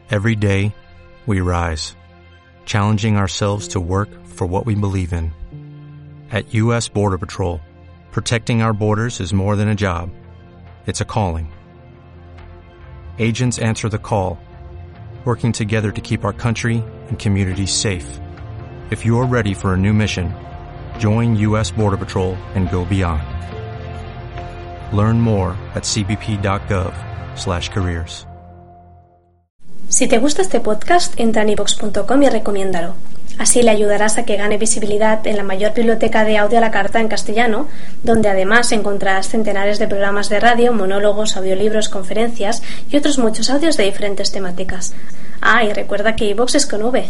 Every day, we rise, challenging ourselves to work for what we believe in. At U.S. Border Patrol, protecting our borders is more than a job. It's a calling. Agents answer the call, working together to keep our country and communities safe. If you are ready for a new mission, join U.S. Border Patrol and go beyond. Learn more at cbp.gov/careers. Si te gusta este podcast, entra en iVoox.com y recomiéndalo. Así le ayudarás a que gane visibilidad en la mayor biblioteca de audio a la carta en castellano, donde además encontrarás centenares de programas de radio, monólogos, audiolibros, conferencias y otros muchos audios de diferentes temáticas. Ah, y recuerda que iVoox es con V.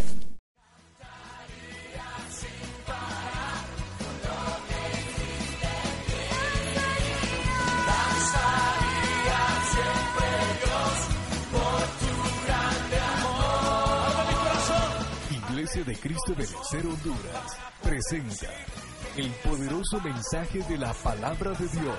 Iglesia de Cristo de Becer, Honduras, presenta el poderoso mensaje de la Palabra de Dios.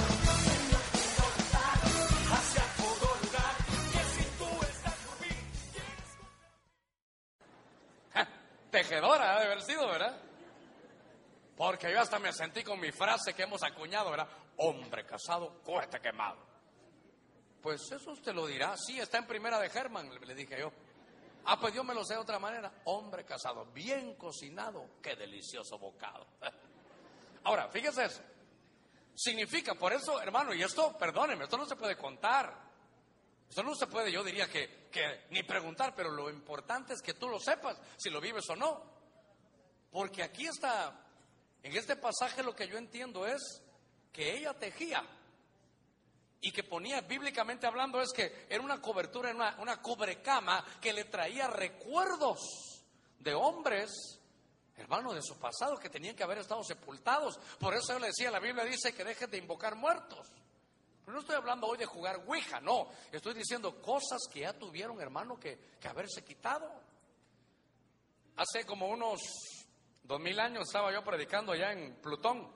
Tejedora ha de haber sido, ¿verdad? Porque yo hasta me sentí con mi frase que hemos acuñado, ¿verdad? Hombre casado, cohete quemado. Pues eso usted lo dirá. Sí, está en Primera de Germán, le dije yo. Ah, pues yo me lo sé de otra manera. Hombre casado, bien cocinado, qué delicioso bocado. Ahora, fíjese eso. Significa, por eso, hermano, y esto, perdónenme, esto no se puede contar. Esto no se puede, yo diría que ni preguntar, pero lo importante es que tú lo sepas, si lo vives o no. Porque aquí está, en este pasaje lo que yo entiendo es que ella tejía. Y que ponía, bíblicamente hablando, es que era una cobertura, una cubrecama que le traía recuerdos de hombres, hermano, de su pasado, que tenían que haber estado sepultados. Por eso yo le decía, la Biblia dice que dejen de invocar muertos. Pero no estoy hablando hoy de jugar ouija, no. Estoy diciendo cosas que ya tuvieron, hermano, que haberse quitado. Hace como unos 2000 años estaba yo predicando allá en Plutón.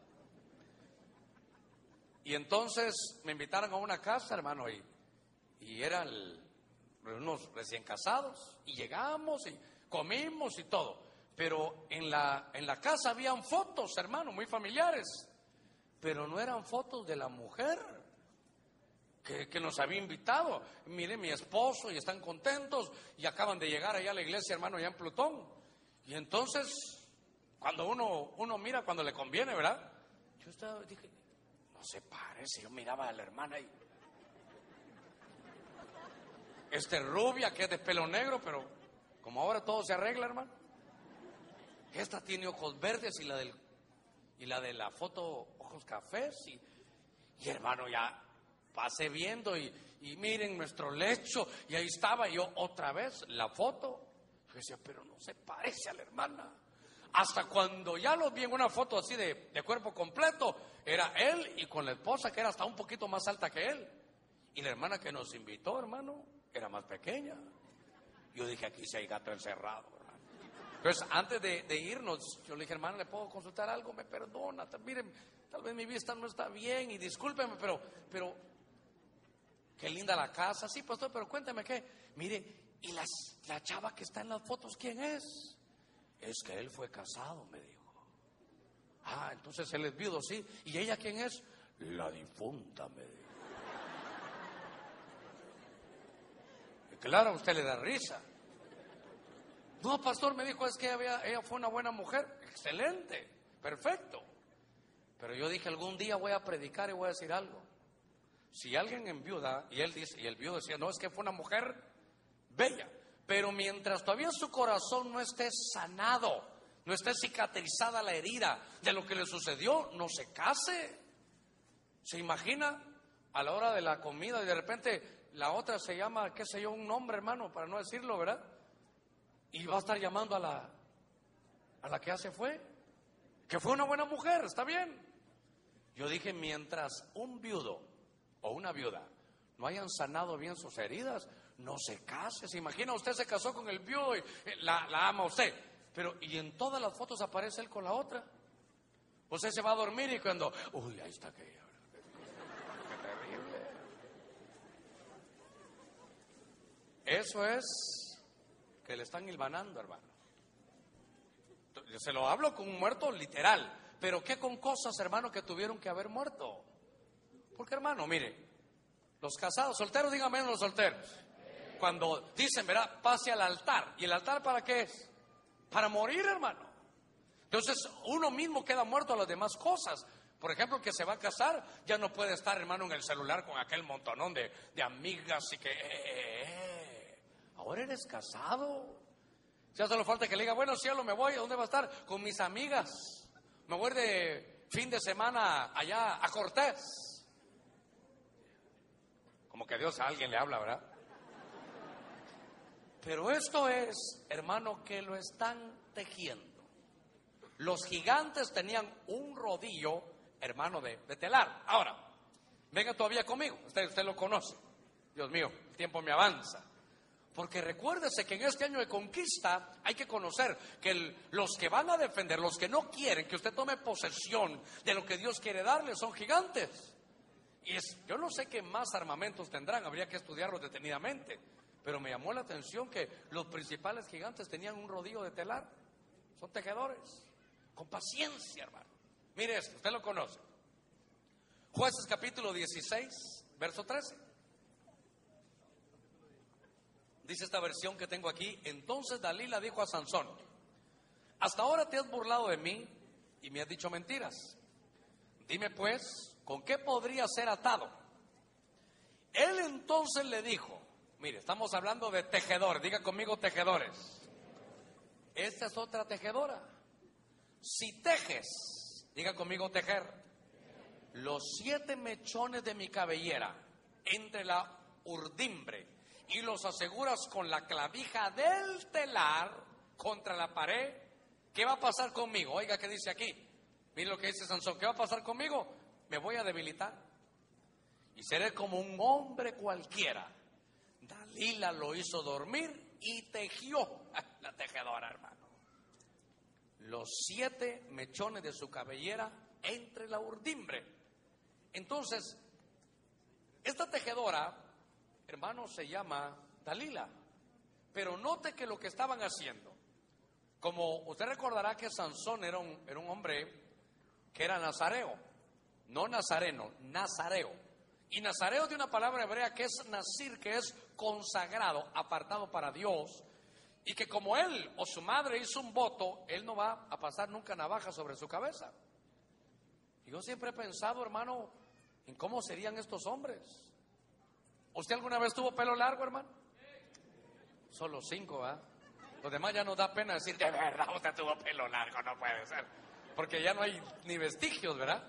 Y entonces me invitaron a una casa, hermano, y eran unos recién casados, y llegamos y comimos y todo. Pero en la casa habían fotos, hermano, muy familiares, pero no eran fotos de la mujer que nos había invitado. Mire, mi esposo, y están contentos, y acaban de llegar allá a la iglesia, hermano, allá en Plutón. Y entonces, cuando uno mira cuando le conviene, ¿verdad? Yo dije, no se parece, yo miraba a la hermana y rubia, que es de pelo negro, pero como ahora todo se arregla, hermano. Esta tiene ojos verdes y la de la foto ojos cafés y hermano, ya pasé viendo y miren nuestro lecho, y ahí estaba yo otra vez la foto. Yo decía, pero no se parece a la hermana. Hasta cuando ya lo vi en una foto así de cuerpo completo, era él y con la esposa que era hasta un poquito más alta que él. Y la hermana que nos invitó, hermano, era más pequeña. Yo dije, aquí sí hay gato encerrado, ¿verdad? Entonces, antes de irnos, yo le dije, hermana, ¿le puedo consultar algo? Me perdona, miren, tal vez mi vista no está bien y discúlpeme, pero qué linda la casa. Sí, pastor, pero cuénteme qué. Mire, ¿y la chava que está en las fotos, quién es? Es que él fue casado, me dijo. Ah, entonces él es viudo, sí. ¿Y ella quién es? La difunta, me dijo. Y claro, a usted le da risa. No, pastor, me dijo, es que ella fue una buena mujer. Excelente, perfecto. Pero yo dije, algún día voy a predicar y voy a decir algo. Si alguien enviuda, y el viudo decía, no, es que fue una mujer bella. Pero mientras todavía su corazón no esté sanado, no esté cicatrizada la herida de lo que le sucedió, no se case. ¿Se imagina? A la hora de la comida y de repente la otra se llama, qué sé yo, un nombre, hermano, para no decirlo, ¿verdad? Y va a estar llamando a la que ya se fue, que fue una buena mujer, está bien. Yo dije, mientras un viudo o una viuda no hayan sanado bien sus heridas, no se case. ¿Se imagina? Usted se casó con el viudo y la ama usted, pero y en todas las fotos aparece él con la otra. Usted se va a dormir y cuando, uy, ahí está aquella. Qué terrible. Eso es que le están hilvanando, hermano. Se lo hablo con un muerto literal, pero ¿qué con cosas, hermano, que tuvieron que haber muerto? Porque, hermano, mire, los casados, solteros, díganme los solteros. Cuando dicen, verá, pase al altar. ¿Y el altar para qué es? Para morir, hermano. Entonces, uno mismo queda muerto a las demás cosas. Por ejemplo, que se va a casar, ya no puede estar, hermano, en el celular con aquel montonón de amigas y que... Ahora eres casado. Ya solo falta que le diga, bueno, cielo, me voy. ¿A dónde va a estar? Con mis amigas. Me voy de fin de semana allá a Cortés. Como que Dios a alguien le habla, ¿verdad? Pero esto es, hermano, que lo están tejiendo. Los gigantes tenían un rodillo, hermano, de telar. Ahora, venga todavía conmigo. Usted lo conoce. Dios mío, el tiempo me avanza. Porque recuérdese que en este año de conquista hay que conocer que los que van a defender, los que no quieren que usted tome posesión de lo que Dios quiere darle, son gigantes. Y yo no sé qué más armamentos tendrán, habría que estudiarlos detenidamente. Pero me llamó la atención que los principales gigantes tenían un rodillo de telar. Son tejedores. Con paciencia, hermano. Mire esto, usted lo conoce. Jueces capítulo 16, verso 13. Dice esta versión que tengo aquí: entonces Dalila dijo a Sansón: hasta ahora te has burlado de mí y me has dicho mentiras. Dime pues, ¿con qué podría ser atado? Él entonces le dijo, mire, estamos hablando de tejedores, diga conmigo tejedores. Esta es otra tejedora. Si tejes, diga conmigo tejer, los 7 mechones de mi cabellera entre la urdimbre y los aseguras con la clavija del telar contra la pared, ¿qué va a pasar conmigo? Oiga, ¿qué dice aquí? Mire lo que dice Sansón, ¿qué va a pasar conmigo? Me voy a debilitar y seré como un hombre cualquiera. Dalila lo hizo dormir y tejió, la tejedora, hermano, los 7 mechones de su cabellera entre la urdimbre. Entonces, esta tejedora, hermano, se llama Dalila. Pero note que lo que estaban haciendo, como usted recordará que Sansón era un hombre que era nazareo, no nazareno, nazareo. Y nazareo de una palabra hebrea que es nazir, que es consagrado, apartado para Dios. Y que como él o su madre hizo un voto, él no va a pasar nunca navaja sobre su cabeza. Y yo siempre he pensado, hermano, en cómo serían estos hombres. ¿Usted alguna vez tuvo pelo largo, hermano? Solo 5, ¿ah? Los demás ya nos da pena decir, de verdad usted tuvo pelo largo, no puede ser. Porque ya no hay ni vestigios, ¿verdad?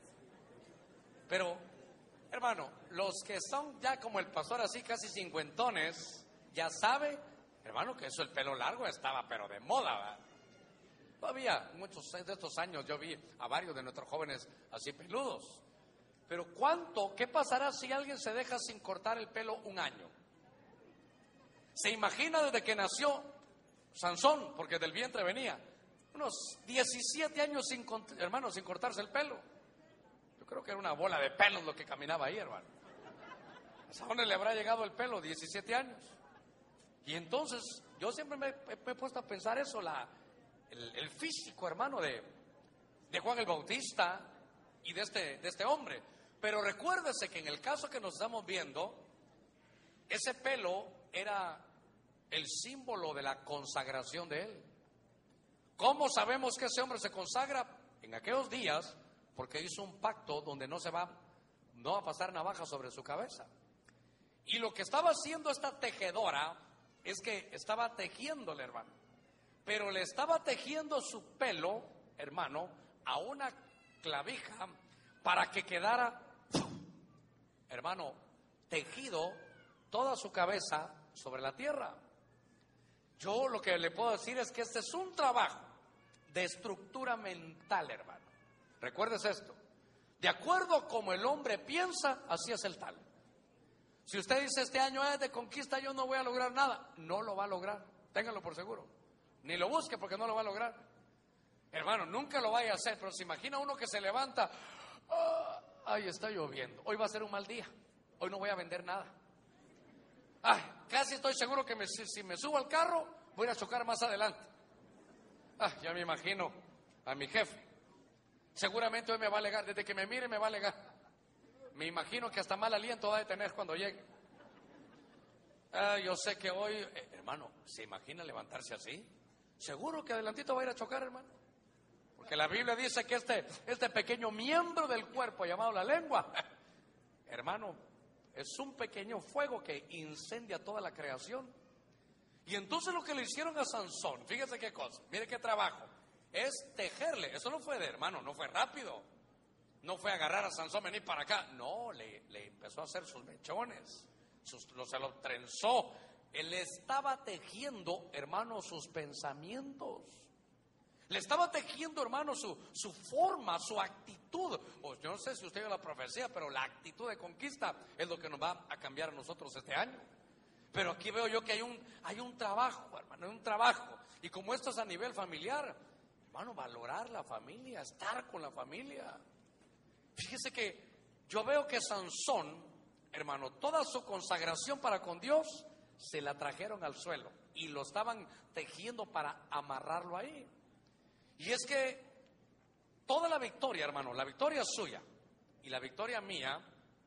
Pero, hermano, los que son ya como el pastor, así casi cincuentones, ya sabe, hermano, que eso, el pelo largo estaba pero de moda, ¿verdad? Todavía muchos de estos años yo vi a varios de nuestros jóvenes así peludos. Pero ¿qué pasará si alguien se deja sin cortar el pelo un año? ¿Se imagina desde que nació Sansón, porque del vientre venía, unos 17 años sin cortarse el pelo? Yo creo que era una bola de pelos lo que caminaba ahí, hermano. ¿A dónde le habrá llegado el pelo? 17 años. Y entonces yo siempre me he puesto a pensar eso, el físico, hermano, de Juan el Bautista y de este hombre. Pero recuérdese que en el caso que nos estamos viendo, ese pelo era el símbolo de la consagración de él. ¿Cómo sabemos que ese hombre se consagra? En aquellos días, porque hizo un pacto donde no va a pasar navaja sobre su cabeza. Y lo que estaba haciendo esta tejedora es que estaba tejiéndole, hermano, pero le estaba tejiendo su pelo, hermano, a una clavija para que quedara, hermano, tejido toda su cabeza sobre la tierra. Yo lo que le puedo decir es que este es un trabajo de estructura mental, hermano. Recuérdese esto: de acuerdo a como el hombre piensa, así es el tal. Si usted dice este año es de conquista, yo no voy a lograr nada, no lo va a lograr, téngalo por seguro. Ni lo busque porque no lo va a lograr. Hermano, nunca lo vaya a hacer, pero se imagina uno que se levanta, ay, está lloviendo, hoy va a ser un mal día, hoy no voy a vender nada. Ay, casi estoy seguro que si me subo al carro, voy a chocar más adelante. Ya me imagino a mi jefe. Seguramente hoy me va a alegar, desde que me mire me va a alegar. Me imagino que hasta mal aliento va a tener cuando llegue. Yo sé que hoy, hermano, ¿se imagina levantarse así? Seguro que adelantito va a ir a chocar, hermano. Porque la Biblia dice que este pequeño miembro del cuerpo llamado la lengua, hermano, es un pequeño fuego que incendia toda la creación. Y entonces lo que le hicieron a Sansón, fíjese qué cosa, mire qué trabajo, es tejerle. Eso no fue hermano, no fue rápido. No fue agarrar a Sansón, venir para acá. No, le empezó a hacer sus mechones, se lo trenzó. Él estaba tejiendo, hermano, sus pensamientos. Le estaba tejiendo, hermano, su forma, su actitud. Pues yo no sé si usted vio la profecía, pero la actitud de conquista es lo que nos va a cambiar a nosotros este año. Pero aquí veo yo que hay un trabajo, hermano, hay un trabajo. Y como esto es a nivel familiar, hermano, valorar la familia, estar con la familia. Fíjese que yo veo que Sansón, hermano, toda su consagración para con Dios se la trajeron al suelo y lo estaban tejiendo para amarrarlo ahí. Y es que toda la victoria, hermano, la victoria suya y la victoria mía,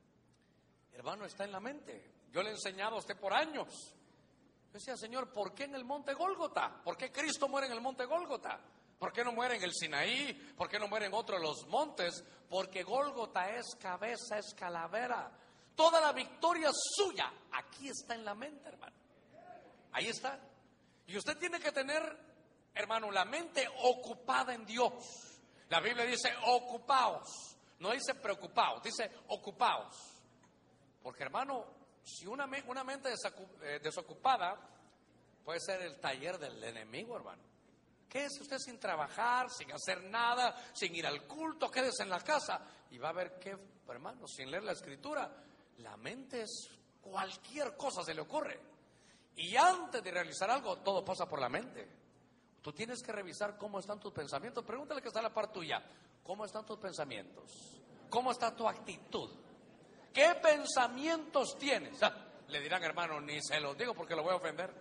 hermano, está en la mente. Yo le he enseñado a usted por años. Yo decía, Señor, ¿por qué en el monte Gólgota? ¿Por qué Cristo muere en el monte Gólgota? ¿Por qué no muere en el Sinaí? ¿Por qué no muere en otro de los montes? Porque Gólgota es cabeza, es calavera. Toda la victoria suya aquí está en la mente, hermano. Ahí está. Y usted tiene que tener, hermano, la mente ocupada en Dios. La Biblia dice ocupaos. No dice preocupaos, dice ocupaos. Porque, hermano, si una mente desocupada puede ser el taller del enemigo, hermano. Quédese usted sin trabajar, sin hacer nada, sin ir al culto, quédese en la casa y va a ver que, hermano, sin leer la escritura, la mente es cualquier cosa se le ocurre. Y antes de realizar algo, todo pasa por la mente. Tú tienes que revisar cómo están tus pensamientos. Pregúntale que está a la par tuya. ¿Cómo están tus pensamientos? ¿Cómo está tu actitud? ¿Qué pensamientos tienes? Le dirán, hermano, ni se los digo porque lo voy a ofender.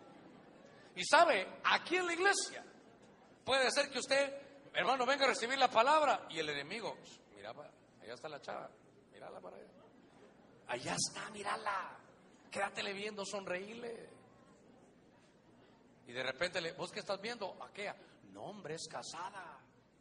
Y sabe, aquí en la iglesia puede ser que usted, hermano, venga a recibir la palabra y el enemigo, mira, allá está la chava, mírala para allá. Allá está, mírala. Quédatele viendo, sonreíle. Y de repente, ¿vos qué estás viendo? Aquella. No, hombre, es casada.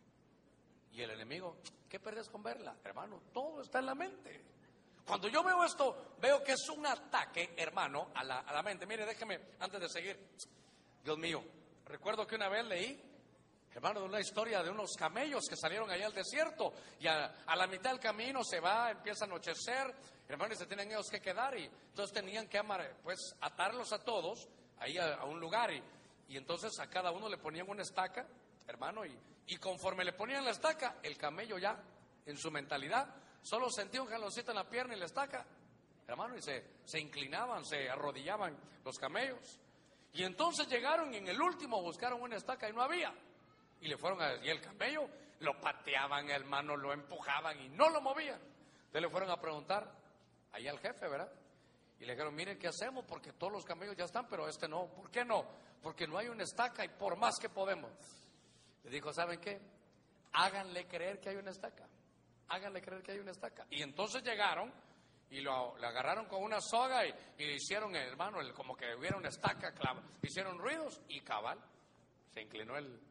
Y el enemigo, ¿qué perdés con verla? Hermano, todo está en la mente. Cuando yo veo esto, veo que es un ataque, hermano, a la mente. Mire, déjeme, antes de seguir, Dios mío, recuerdo que una vez leí, hermano, de una historia de unos camellos que salieron allá al desierto y a la mitad del camino se va, empieza a anochecer, hermano, y se tienen ellos que quedar y entonces tenían que atarlos a todos ahí a un lugar y entonces a cada uno le ponían una estaca, hermano, y conforme le ponían la estaca, el camello ya en su mentalidad solo sentía un jaloncito en la pierna y la estaca, hermano, y se inclinaban, se arrodillaban los camellos. Y entonces llegaron y en el último buscaron una estaca y no había. Y y el camello lo pateaban, hermano, lo empujaban y no lo movían. Entonces le fueron a preguntar ahí al jefe, ¿verdad? Y le dijeron, miren, ¿qué hacemos? Porque todos los camellos ya están, pero este no. ¿Por qué no? Porque no hay una estaca y por más que podemos. Le dijo, ¿saben qué? Háganle creer que hay una estaca. Háganle creer que hay una estaca. Y entonces llegaron y le agarraron con una soga y hicieron, hermano, como que hubiera una estaca, hicieron ruidos y cabal, se inclinó el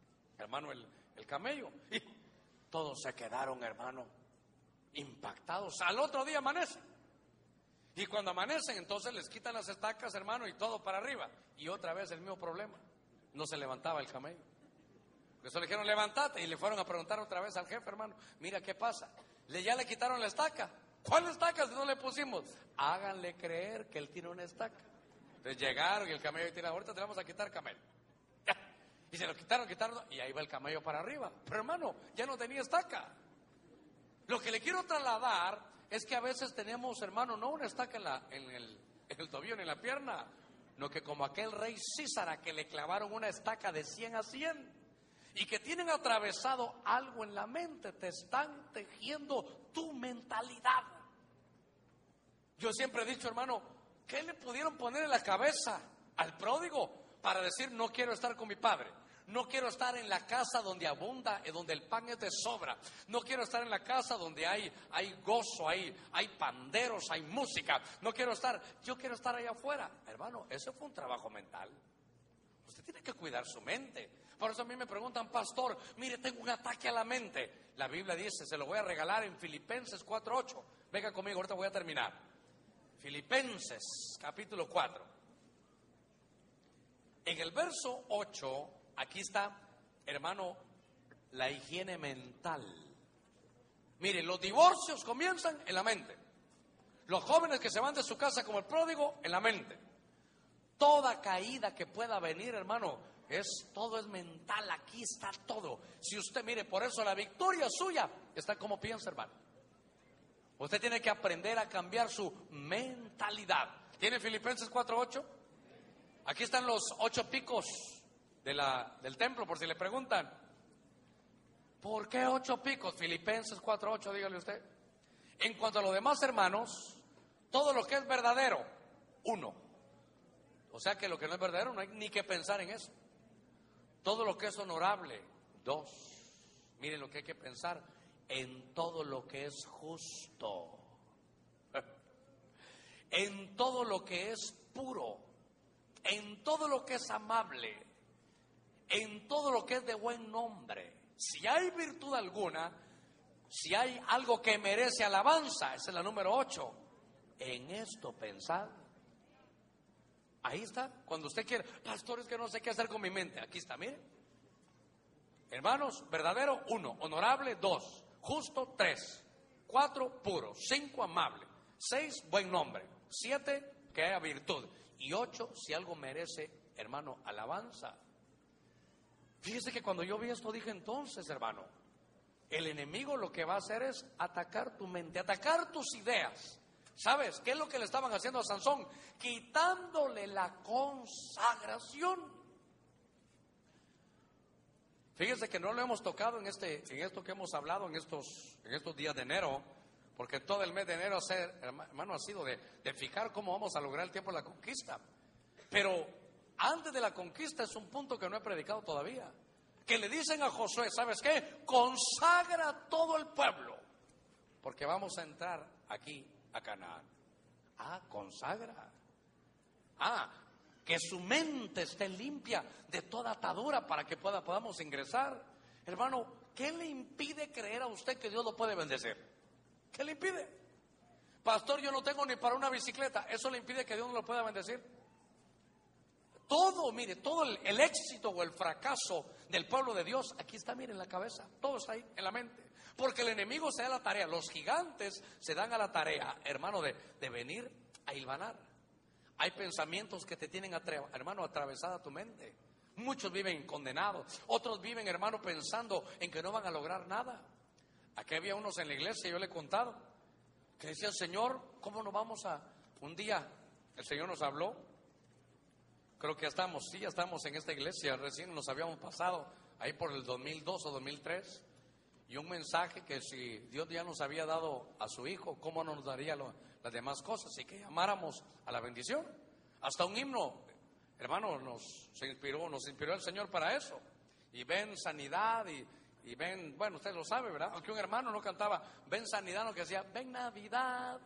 camello. Y todos se quedaron, hermano, impactados. Al otro día amanecen. Y cuando amanecen, entonces les quitan las estacas, hermano, y todo para arriba. Y otra vez el mismo problema. No se levantaba el camello. Por eso le dijeron, levántate. Y le fueron a preguntar otra vez al jefe, hermano, mira qué pasa. Ya le quitaron la estaca. ¿Cuál estaca si no le pusimos? Háganle creer que él tiene una estaca. Entonces llegaron y el camello tira, ahorita te vamos a quitar camello. Y se lo quitaron, y ahí va el camello para arriba. Pero hermano, ya no tenía estaca. Lo que le quiero trasladar es que a veces tenemos, hermano, no una estaca en el tobillo ni en la pierna, no que como aquel rey Císara que le clavaron una estaca de 100 a 100 y que tienen atravesado algo en la mente, te están tejiendo tu mentalidad. Yo siempre he dicho, hermano, ¿Qué le pudieron poner en la cabeza al pródigo para decir no quiero estar con mi padre? No quiero estar en la casa donde abunda y donde el pan es de sobra. No quiero estar en la casa donde hay gozo, hay panderos, hay música. Yo quiero estar allá afuera. Hermano, eso fue un trabajo mental. Usted tiene que cuidar su mente. Por eso a mí me preguntan, pastor, mire, tengo un ataque a la mente. La Biblia dice, se lo voy a regalar en Filipenses 4:8. Venga conmigo, ahorita voy a terminar. Filipenses, capítulo 4. En el verso 8, aquí está, hermano, la higiene mental. Mire, los divorcios comienzan en la mente. Los jóvenes que se van de su casa como el pródigo, en la mente. Toda caída que pueda venir, hermano, todo es mental. Aquí está todo. Si usted, mire, por eso la victoria suya está como piensa, hermano. Usted tiene que aprender a cambiar su mentalidad. ¿Tiene Filipenses 4:8? Aquí están los 8 picos del templo, por si le preguntan. ¿Por qué 8 picos? Filipenses 4:8, dígale usted. En cuanto a los demás, hermanos, todo lo que es verdadero, 1. O sea que lo que no es verdadero no hay ni que pensar en eso. Todo lo que es honorable, 2. Miren lo que hay que pensar, en todo lo que es justo, en todo lo que es puro, en todo lo que es amable, en todo lo que es de buen nombre. Si hay virtud alguna, si hay algo que merece alabanza, esa es la número 8. En esto pensad. Ahí está, cuando usted quiere, pastor, es que no sé qué hacer con mi mente. Aquí está, mire. Hermanos, verdadero, 1, honorable, 2, justo, 3, 4, puro, 5, amable, 6, buen nombre, 7, que haya virtud, y 8, si algo merece, hermano, alabanza. Fíjese que cuando yo vi esto dije, entonces, hermano, el enemigo lo que va a hacer es atacar tu mente, atacar tus ideas. ¿Sabes qué es lo que le estaban haciendo a Sansón? Quitándole la consagración. Fíjense que no lo hemos tocado en esto que hemos hablado en estos días de enero, porque todo el mes de enero, hermano, ha sido de fijar cómo vamos a lograr el tiempo de la conquista. Pero antes de la conquista es un punto que no he predicado todavía. Que le dicen a Josué, ¿sabes qué? Consagra todo el pueblo, porque vamos a entrar aquí a Canaán. Consagra. Que su mente esté limpia de toda atadura para que podamos ingresar. Hermano, ¿qué le impide creer a usted que Dios lo puede bendecir? ¿Qué le impide? Pastor, yo no tengo ni para una bicicleta. ¿Eso le impide que Dios no lo pueda bendecir? Todo, mire, todo el éxito o el fracaso del pueblo de Dios, aquí está, mire, en la cabeza. Todo está ahí, en la mente. Porque el enemigo se da la tarea, los gigantes se dan a la tarea, hermano, de venir a hilvanar. Hay pensamientos que te tienen, hermano, atravesada tu mente. Muchos viven condenados, otros viven, hermano, pensando en que no van a lograr nada. Aquí había unos en la iglesia, yo le he contado, que decían, Señor, ¿cómo nos vamos a...? Un día el Señor nos habló, creo que ya estamos en esta iglesia, recién nos habíamos pasado ahí por el 2002 o 2003, y un mensaje que si Dios ya nos había dado a su Hijo, ¿cómo no nos daría las demás cosas? Y que llamáramos a la bendición. Hasta un himno, hermano, nos inspiró el Señor para eso. Y ven sanidad y ven, bueno, usted lo sabe, ¿verdad? Aunque un hermano no cantaba ven sanidad, no, que decía ven Navidad.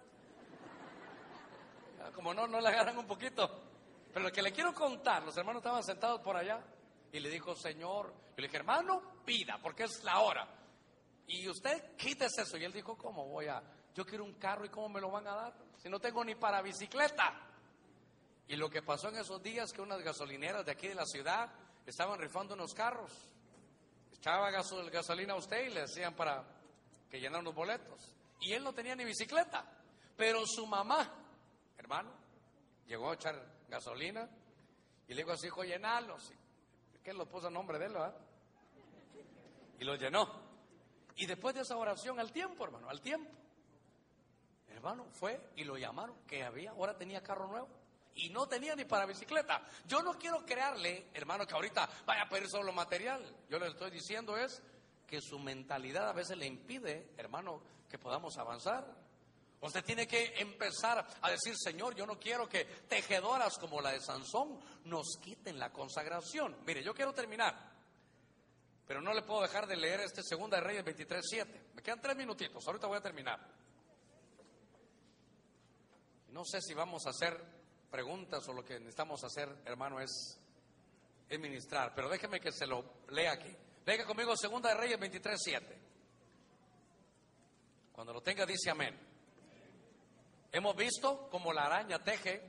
Como no le agarran un poquito. Pero lo que le quiero contar, los hermanos estaban sentados por allá y le dijo, Señor, yo le dije, hermano, pida, porque es la hora. Y usted quítese eso. Y él dijo, ¿cómo yo quiero un carro y cómo me lo van a dar? Si no tengo ni para bicicleta. Y lo que pasó en esos días, que unas gasolineras de aquí de la ciudad estaban rifando unos carros. Echaba gasolina a usted y le decían para que llenaran los boletos. Y él no tenía ni bicicleta. Pero su mamá, hermano, llegó a echar gasolina y le dijo a su hijo, llenalos. Que él lo puso a nombre de él, ¿verdad? Y lo llenó. Y después de esa oración, al tiempo, hermano, fue y lo llamaron, que ahora tenía carro nuevo y no tenía ni para bicicleta. Yo no quiero crearle, hermano, que ahorita vaya a pedir solo material. Yo le estoy diciendo es que su mentalidad a veces le impide, hermano, que podamos avanzar. Usted tiene que empezar a decir: Señor, yo no quiero que tejedoras como la de Sansón nos quiten la consagración. Mire, yo quiero terminar, pero no le puedo dejar de leer Segunda de Reyes 23:7. Me quedan 3 minutitos, ahorita voy a terminar. No sé si vamos a hacer preguntas o lo que necesitamos hacer, hermano, es ministrar, pero déjeme que se lo lea aquí. Venga conmigo, Segunda de Reyes 23:7. Cuando lo tenga, dice amén. Hemos visto cómo la araña teje.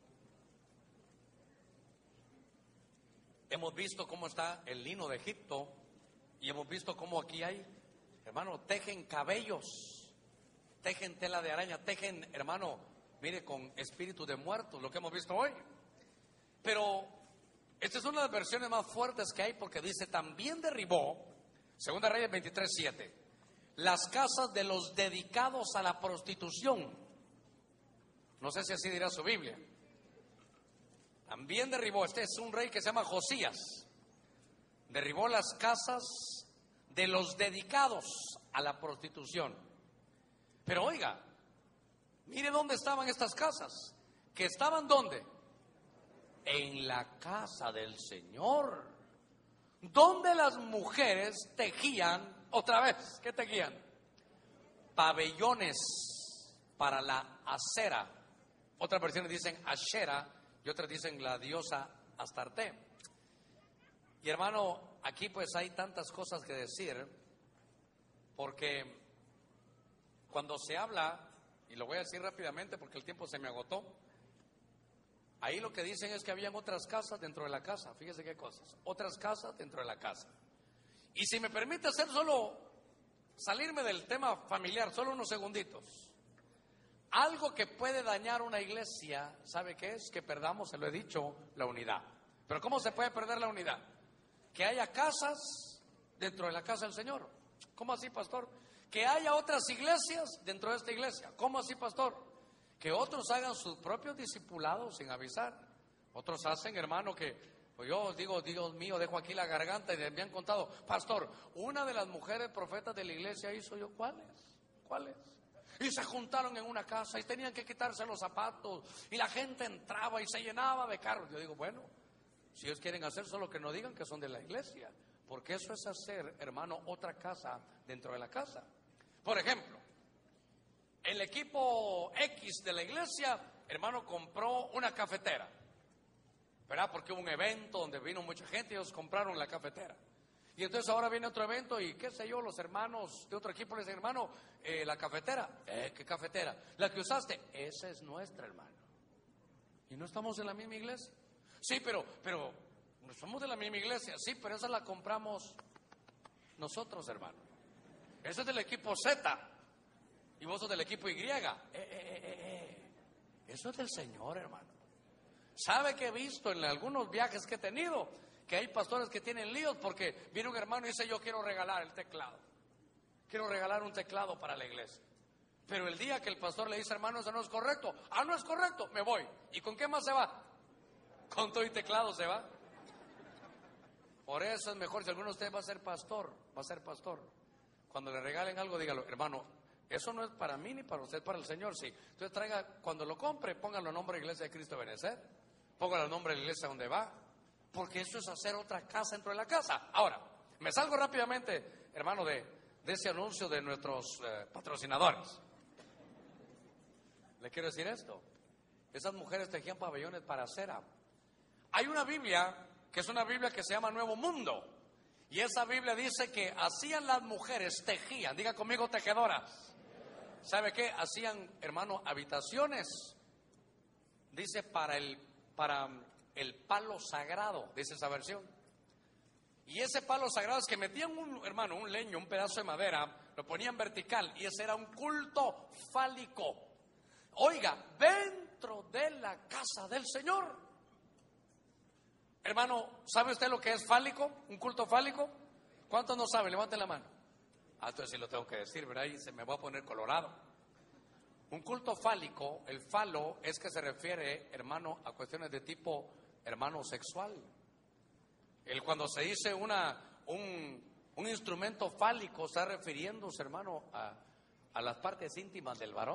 Hemos visto cómo está el lino de Egipto. Y hemos visto cómo aquí hay, hermano, tejen cabellos, tejen tela de araña, tejen, hermano, mire, con espíritu de muertos, lo que hemos visto hoy. Pero esta es una de las versiones más fuertes que hay, porque dice: también derribó, Segunda Reyes 23:7, las casas de los dedicados a la prostitución. No sé si así dirá su Biblia. También derribó, este es un rey que se llama Josías. Derribó las casas de los dedicados a la prostitución. Pero oiga, mire dónde estaban estas casas. ¿Que estaban dónde? En la casa del Señor, donde las mujeres tejían, otra vez, ¿qué tejían? Pabellones para la acera. Otras versiones dicen Ashera y otras dicen la diosa Astarte. Y hermano, aquí pues hay tantas cosas que decir, porque cuando se habla, y lo voy a decir rápidamente porque el tiempo se me agotó, ahí lo que dicen es que habían otras casas dentro de la casa. Fíjese qué cosas, otras casas dentro de la casa. Y si me permite hacer salirme del tema familiar, solo unos segunditos. Algo que puede dañar una iglesia, ¿sabe qué es? Que perdamos, se lo he dicho, la unidad. Pero ¿cómo se puede perder la unidad? Que haya casas dentro de la casa del Señor. ¿Cómo así, pastor? Que haya otras iglesias dentro de esta iglesia. ¿Cómo así, pastor? Que otros hagan sus propios discipulados sin avisar. Otros hacen, hermano, que pues yo digo: Dios mío, dejo aquí la garganta, y me han contado: pastor, una de las mujeres profetas de la iglesia hizo. Yo, ¿cuáles? Y se juntaron en una casa y tenían que quitarse los zapatos, y la gente entraba y se llenaba de carros. Yo digo: bueno, si ellos quieren hacer, solo que no digan que son de la iglesia, porque eso es hacer, hermano, otra casa dentro de la casa. Por ejemplo, el equipo X de la iglesia, hermano, compró una cafetera, ¿verdad? Porque hubo un evento donde vino mucha gente y ellos compraron la cafetera. Y entonces ahora viene otro evento y qué sé yo, los hermanos de otro equipo le dicen: hermano, la cafetera. ¿Qué cafetera? La que usaste. Esa es nuestra, hermano. ¿Y no estamos en la misma iglesia? Sí, pero no somos de la misma iglesia. Sí, pero esa la compramos nosotros, hermano. Eso es del equipo Z y vos sos del equipo Y. Eso es del Señor, hermano. ¿Sabe que he visto en algunos viajes que he tenido que hay pastores que tienen líos porque viene un hermano y dice: yo quiero regalar el teclado, quiero regalar un teclado para la iglesia? Pero el día que el pastor le dice: hermano, eso no es correcto. No es correcto, me voy. ¿Y con qué más se va? Con todo y teclado se va. Por eso es mejor, si alguno de ustedes va a ser pastor, cuando le regalen algo, dígalo: hermano, eso no es para mí ni para usted, es para el Señor. Sí, entonces traiga, cuando lo compre, póngalo en nombre de la Iglesia de Cristo de Benecer, póngalo en nombre de la iglesia donde va, porque eso es hacer otra casa dentro de la casa. Ahora, me salgo rápidamente, hermano, de ese anuncio de nuestros patrocinadores. Le quiero decir esto: esas mujeres tejían pabellones para acera. Hay una Biblia que es una Biblia que se llama Nuevo Mundo, y esa Biblia dice que hacían las mujeres, tejían, diga conmigo, tejedoras. ¿Sabe qué? Hacían, hermano, habitaciones, dice, para el palo sagrado, dice esa versión. Y ese palo sagrado es que metían un leño, un pedazo de madera, lo ponían vertical, y ese era un culto fálico. Oiga, dentro de la casa del Señor. Hermano, ¿sabe usted lo que es fálico? ¿Un culto fálico? ¿Cuántos no saben? Levanten la mano. Entonces sí lo tengo que decir, ¿verdad? Y se me va a poner colorado. Un culto fálico, el falo, es que se refiere, hermano, a cuestiones de tipo, hermano, sexual. Cuando se dice un instrumento fálico, está refiriéndose, hermano, a las partes íntimas del varón.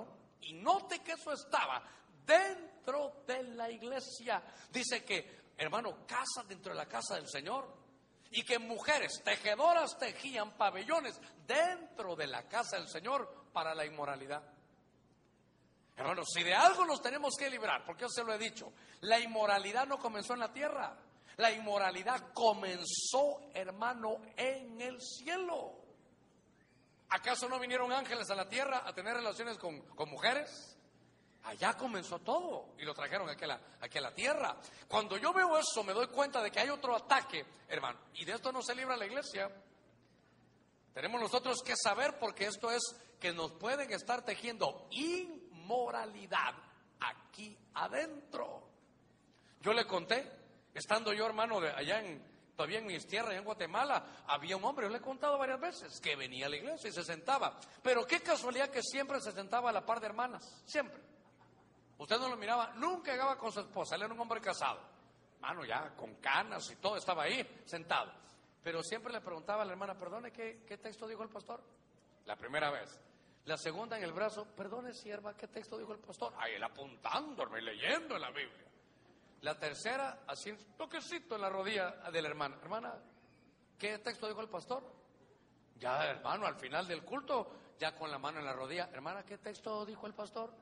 Y note que eso estaba dentro de la iglesia. Dice que, hermano, casa dentro de la casa del Señor. Y que mujeres tejedoras tejían pabellones dentro de la casa del Señor para la inmoralidad. Hermanos, si de algo nos tenemos que librar, porque yo se lo he dicho, la inmoralidad no comenzó en la tierra. La inmoralidad comenzó, hermano, en el cielo. ¿Acaso no vinieron ángeles a la tierra a tener relaciones con mujeres? Allá comenzó todo y lo trajeron aquí a la tierra. Cuando yo veo eso, me doy cuenta de que hay otro ataque, hermano, y de esto no se libra la iglesia. Tenemos nosotros que saber, porque esto es que nos pueden estar tejiendo inmoralidad aquí adentro. Yo le conté, estando yo, hermano, todavía en mis tierras, allá en Guatemala, había un hombre, yo le he contado varias veces, que venía a la iglesia y se sentaba. Pero qué casualidad que siempre se sentaba a la par de hermanas, siempre. Usted no lo miraba, nunca llegaba con su esposa, él era un hombre casado, mano, ya con canas y todo, estaba ahí sentado. Pero siempre le preguntaba a la hermana, perdone, ¿qué texto dijo el pastor? La primera vez. La segunda en el brazo, perdone, sierva, ¿qué texto dijo el pastor? Ahí él apuntándome, leyendo en la Biblia. La tercera, así un toquecito en la rodilla de la hermana. Hermana, ¿qué texto dijo el pastor? Ya, hermano, al final del culto, ya con la mano en la rodilla. Hermana, ¿qué texto dijo el pastor?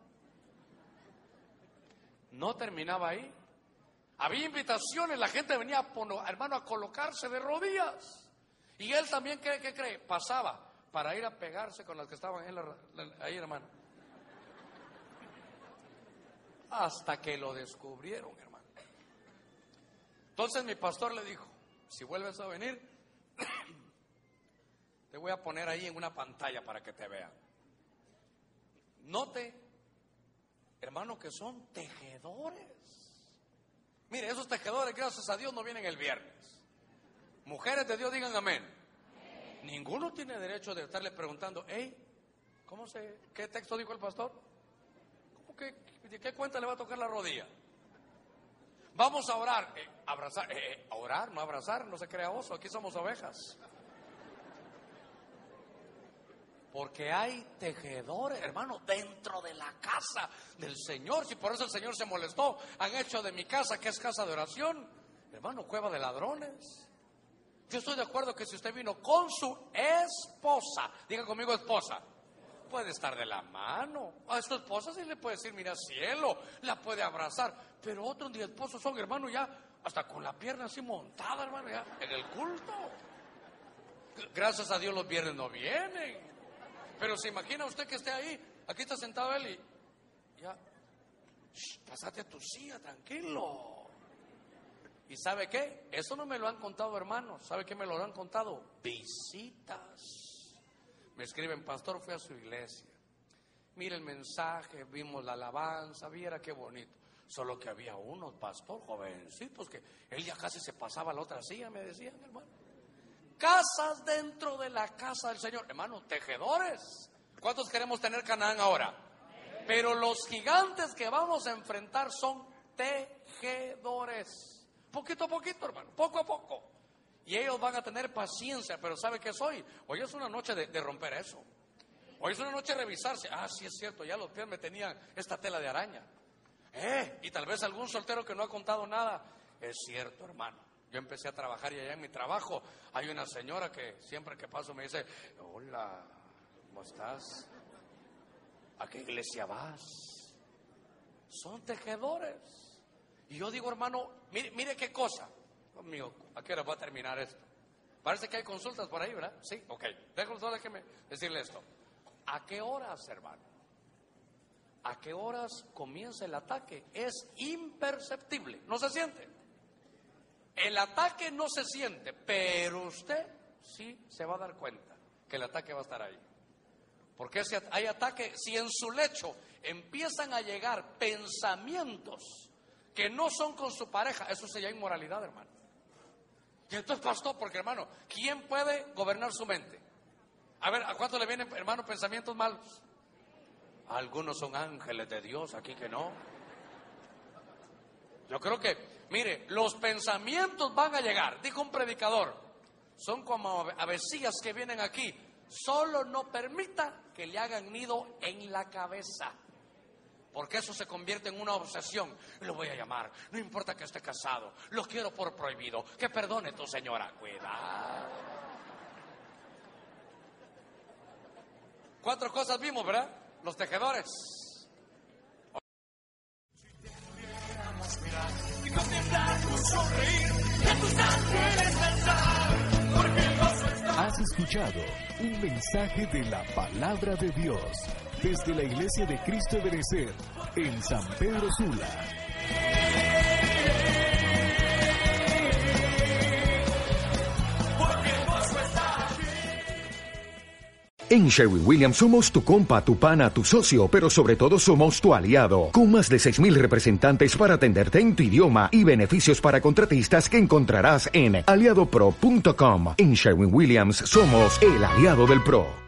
No terminaba ahí. Había invitaciones, la gente venía, hermano, a colocarse de rodillas. Y él también, ¿qué cree? Pasaba para ir a pegarse con las que estaban ahí, hermano. Hasta que lo descubrieron, hermano. Entonces mi pastor le dijo, si vuelves a venir, te voy a poner ahí en una pantalla para que te vean. Note, hermano, que son tejedores. Mire, esos tejedores, gracias a Dios, no vienen el viernes. Mujeres de Dios, digan amén. Ninguno tiene derecho de estarle preguntando, hey, ¿qué texto dijo el pastor? ¿Cómo que, de qué cuenta le va a tocar la rodilla? Vamos a orar, abrazar, orar, no abrazar, no se crea oso, aquí somos ovejas. Porque hay tejedores, hermano, dentro de la casa del Señor. Si por eso el Señor se molestó, han hecho de mi casa, que es casa de oración, hermano, cueva de ladrones. Yo estoy de acuerdo que si usted vino con su esposa, diga conmigo esposa, puede estar de la mano. A su esposa sí le puede decir, mira cielo, la puede abrazar. Pero otros ni esposos son, hermano, ya hasta con la pierna así montada, hermano, ya en el culto. Gracias a Dios los viernes no vienen. Pero se imagina usted que esté ahí, aquí está sentado él y ya, pásate a tu silla, tranquilo. ¿Y sabe qué? Eso no me lo han contado, hermanos. ¿Sabe qué me lo han contado? Visitas. Me escriben, pastor, fui a su iglesia. Mire el mensaje, vimos la alabanza, viera qué bonito. Solo que había unos, pastor, jovencitos, que él ya casi se pasaba a la otra silla, me decían, hermano. Casas dentro de la casa del Señor. Hermano, tejedores. ¿Cuántos queremos tener Canaán ahora? Pero los gigantes que vamos a enfrentar son tejedores. Poquito a poquito, hermano, poco a poco. Y ellos van a tener paciencia. Pero ¿sabe qué es hoy? Hoy es una noche de romper eso. Hoy es una noche de revisarse. Ah, sí es cierto, ya los pies me tenían esta tela de araña. Y tal vez algún soltero que no ha contado nada. Es cierto, hermano. Yo empecé a trabajar y allá en mi trabajo hay una señora que siempre que paso me dice, hola, ¿cómo estás? ¿A qué iglesia vas? Son tejedores. Y yo digo, hermano, mire qué cosa. Conmigo, ¿a qué hora va a terminar esto? Parece que hay consultas por ahí, ¿verdad? Sí, ok. Déjeme decirle esto. ¿A qué horas, hermano? ¿A qué horas comienza el ataque? Es imperceptible, no se siente. El ataque no se siente, pero usted sí se va a dar cuenta que el ataque va a estar ahí. Porque si hay ataque, si en su lecho empiezan a llegar pensamientos que no son con su pareja, eso se llama inmoralidad, hermano. Y entonces, pastor, porque hermano, ¿quién puede gobernar su mente? A ver, ¿a cuánto le vienen, hermano, pensamientos malos? Algunos son ángeles de Dios, aquí que no. Yo creo que, mire, los pensamientos van a llegar, dijo un predicador, son como avecillas que vienen aquí, solo no permita que le hagan nido en la cabeza. Porque eso se convierte en una obsesión. Lo voy a llamar, no importa que esté casado, lo quiero por prohibido. Que perdone tu señora. Cuidado. 4 cosas vimos, ¿verdad? Los tejedores. Has escuchado un mensaje de la Palabra de Dios desde la Iglesia de Cristo de Benecer en San Pedro Sula. En Sherwin-Williams somos tu compa, tu pana, tu socio, pero sobre todo somos tu aliado. Con más de 6,000 representantes para atenderte en tu idioma y beneficios para contratistas que encontrarás en aliadopro.com. En Sherwin-Williams somos el aliado del pro.